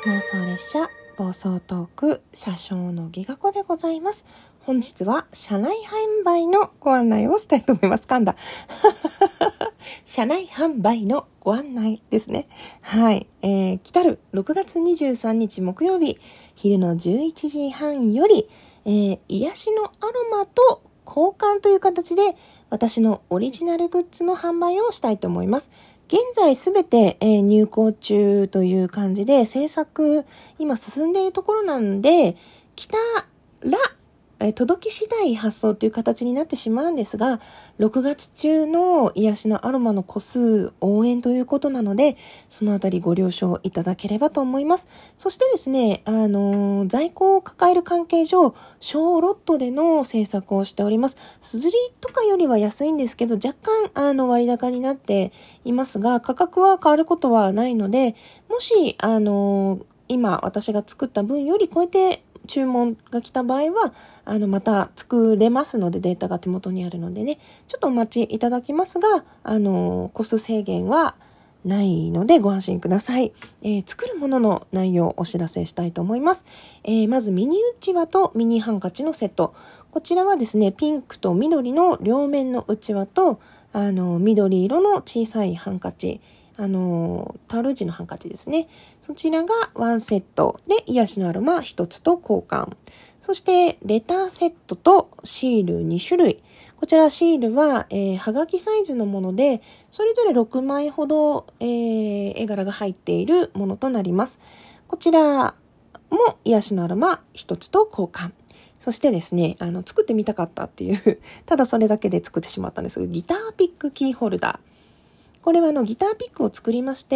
妄想列車暴走トーク車掌のギガ子でございます。本日は車内販売のご案内をしたいと思います。噛んだ車内販売のご案内ですね。はい、来たる6月23日木曜日昼の11時半より、癒しのアロマと交換という形で私のオリジナルグッズの販売をしたいと思います。現在すべて、入稿中という感じで制作今進んでいるところなんで、来たら届き次第発送という形になってしまうんですが、6月中の癒しのアロマの個数応援ということなので、そのあたりご了承いただければと思います。そしてですね、在庫を抱える関係上、小ロットでの制作をしております。すずりとかよりは安いんですけど、若干割高になっていますが、価格は変わることはないので、もし今私が作った分より超えて注文が来た場合はまた作れますので、データが手元にあるのでね、ちょっとお待ちいただきますが、個数制限はないのでご安心ください。作るものの内容をお知らせしたいと思います。まずミニうちわとミニハンカチのセット。こちらはですね、ピンクと緑の両面のうちわと緑色の小さいハンカチ、タオル地のハンカチですね。そちらがワンセットで癒しのアロマ1つと交換。そしてレターセットとシール2種類。こちらシールは、はがきサイズのもので、それぞれ6枚ほど、絵柄が入っているものとなります。こちらも癒しのアロマ1つと交換。そしてですね、作ってみたかったっていうただそれだけで作ってしまったんですが、ギターピックキーホルダー。これはギターピックを作りまして、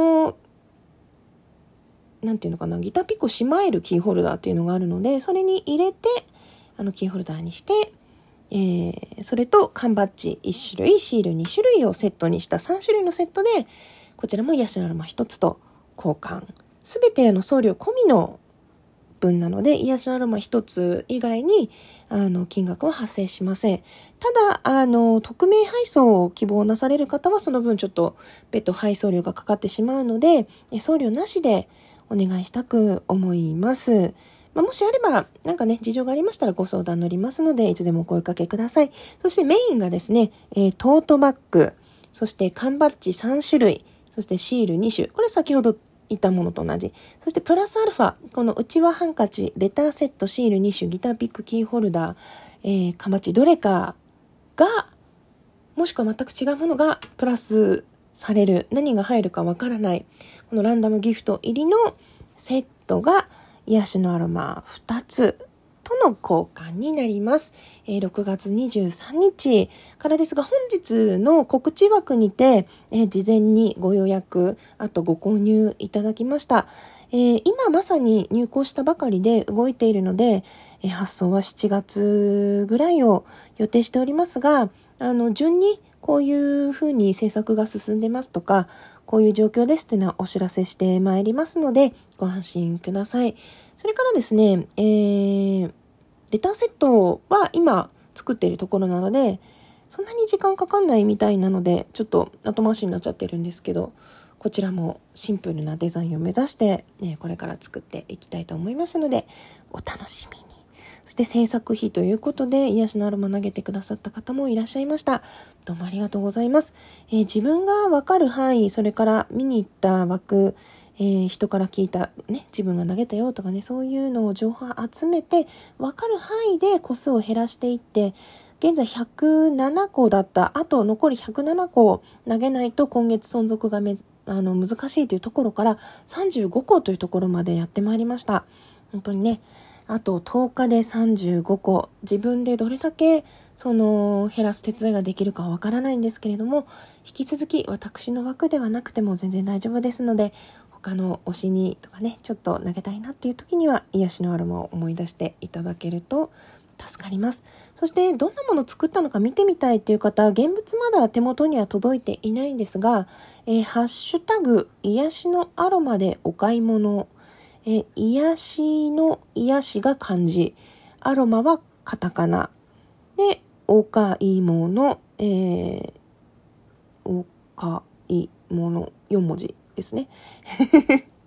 なんていうのかな、ギターピックをしまえるキーホルダーっていうのがあるので、それに入れて、キーホルダーにして、それと缶バッジ1種類、シール2種類をセットにした3種類のセットで、こちらも癒しのアロマ1つと交換。すべて送料込みの分なので、癒しのアロマ1つ以外に金額は発生しません。ただ匿名配送を希望なされる方はその分ちょっと別途配送料がかかってしまうので、送料なしでお願いしたく思います。もしあれば事情がありましたらご相談乗りますので、いつでもお声かけください。そしてメインがですね、トートバッグ、そして缶バッジ3種類、そしてシール2種。これ先ほどいたものと同じ。そしてプラスアルファ、このうちわハンカチ、レターセット、シール2種、ギターピックキーホルダー、かまちどれかが、もしくは全く違うものがプラスされる、何が入るかわからない、このランダムギフト入りのセットが癒しのアロマ2つとの交換になります。6月23日からですが、本日の告知枠にて、事前にご予約、あとご購入いただきました。今まさに入稿したばかりで動いているので、発送は7月ぐらいを予定しておりますが、順にこういうふうに制作が進んでますとか、こういう状況ですっていうのはお知らせしてまいりますので、ご安心ください。それからですね、レターセットは今作っているところなので、そんなに時間かかんないみたいなので、ちょっと後回しになっちゃってるんですけど、こちらもシンプルなデザインを目指して、これから作っていきたいと思いますので、お楽しみに。そして制作費ということで癒しのアロマ投げてくださった方もいらっしゃいました。どうもありがとうございます。自分がわかる範囲、それから見に行った枠、人から聞いた、自分が投げたよとかそういうのを情報を集めて、わかる範囲で個数を減らしていって、現在107個だった。あと残り107個を投げないと今月存続が難しいというところから35個というところまでやってまいりました。本当にあと10日で35個。自分でどれだけ減らす手伝いができるかはわからないんですけれども、引き続き私の枠ではなくても全然大丈夫ですので、他の推しにとかちょっと投げたいなっていう時には癒しのアロマを思い出していただけると助かります。そしてどんなものを作ったのか見てみたいっていう方、現物まだ手元には届いていないんですが、ハッシュタグ癒しのアロマでお買い物、癒しの癒しが漢字、アロマはカタカナで、お買い物、お買い物4文字ですね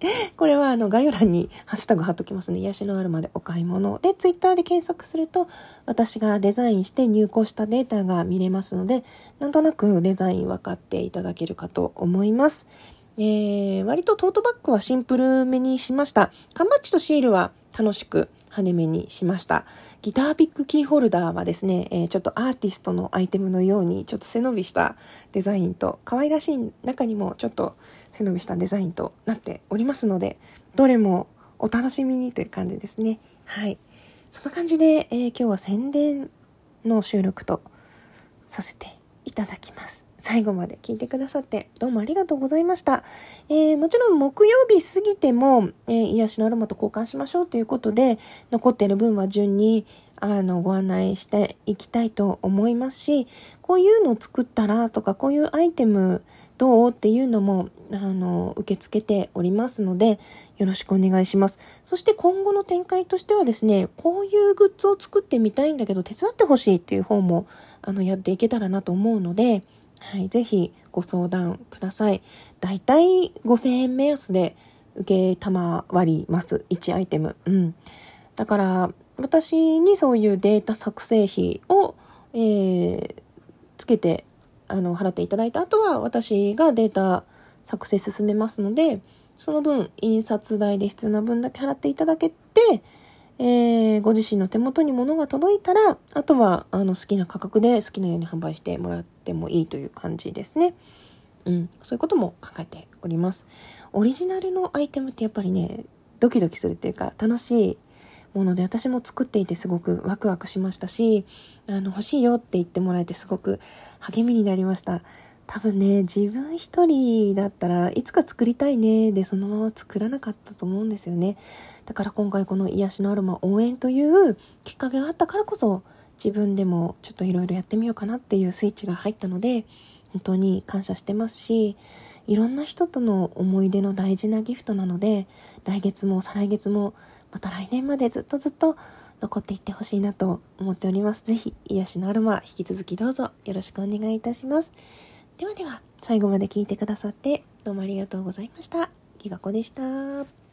これは概要欄にハッシュタグ貼っときますね。癒しのあるまでお買い物。で、ツイッターで検索すると、私がデザインして入稿したデータが見れますので、なんとなくデザイン分かっていただけるかと思います。割とトートバッグはシンプルめにしました。缶バッジとシールは楽しく羽目にしました。ギターピックキーホルダーはですね、ちょっとアーティストのアイテムのようにちょっと背伸びしたデザインと、可愛らしい中にもちょっと背伸びしたデザインとなっておりますので、どれもお楽しみにという感じですね。はい。そんな感じで、今日は宣伝の収録とさせていただきます。最後まで聞いてくださってどうもありがとうございました。もちろん木曜日過ぎても、癒しのアロマと交換しましょうということで、残っている分は順にご案内していきたいと思いますし、こういうのを作ったらとか、こういうアイテムどうっていうのも受け付けておりますので、よろしくお願いします。そして今後の展開としてはですね、こういうグッズを作ってみたいんだけど手伝ってほしいっていう方もやっていけたらなと思うので、はい、ぜひご相談ください。だいたい5000円目安で受けたまわります。1アイテム。だから私にそういうデータ作成費を、つけて払っていただいた後は私がデータ作成進めますので、その分印刷代で必要な分だけ払っていただけて、ご自身の手元に物が届いたら、あとは好きな価格で好きなように販売してもらってもいいという感じですね。そういうことも考えております。オリジナルのアイテムってやっぱりね、ドキドキするっていうか楽しいもので、私も作っていてすごくワクワクしましたし、欲しいよって言ってもらえてすごく励みになりました。多分ね、自分一人だったらいつか作りたいねでそのまま作らなかったと思うんですよね。だから今回この癒しのアロマ応援というきっかけがあったからこそ、自分でもちょっといろいろやってみようかなっていうスイッチが入ったので、本当に感謝してますし、いろんな人との思い出の大事なギフトなので、来月も再来月もまた来年までずっと残っていってほしいなと思っております。ぜひ癒しのアロマ引き続きどうぞよろしくお願いいたします。では最後まで聞いてくださってどうもありがとうございました。ギガ子でした。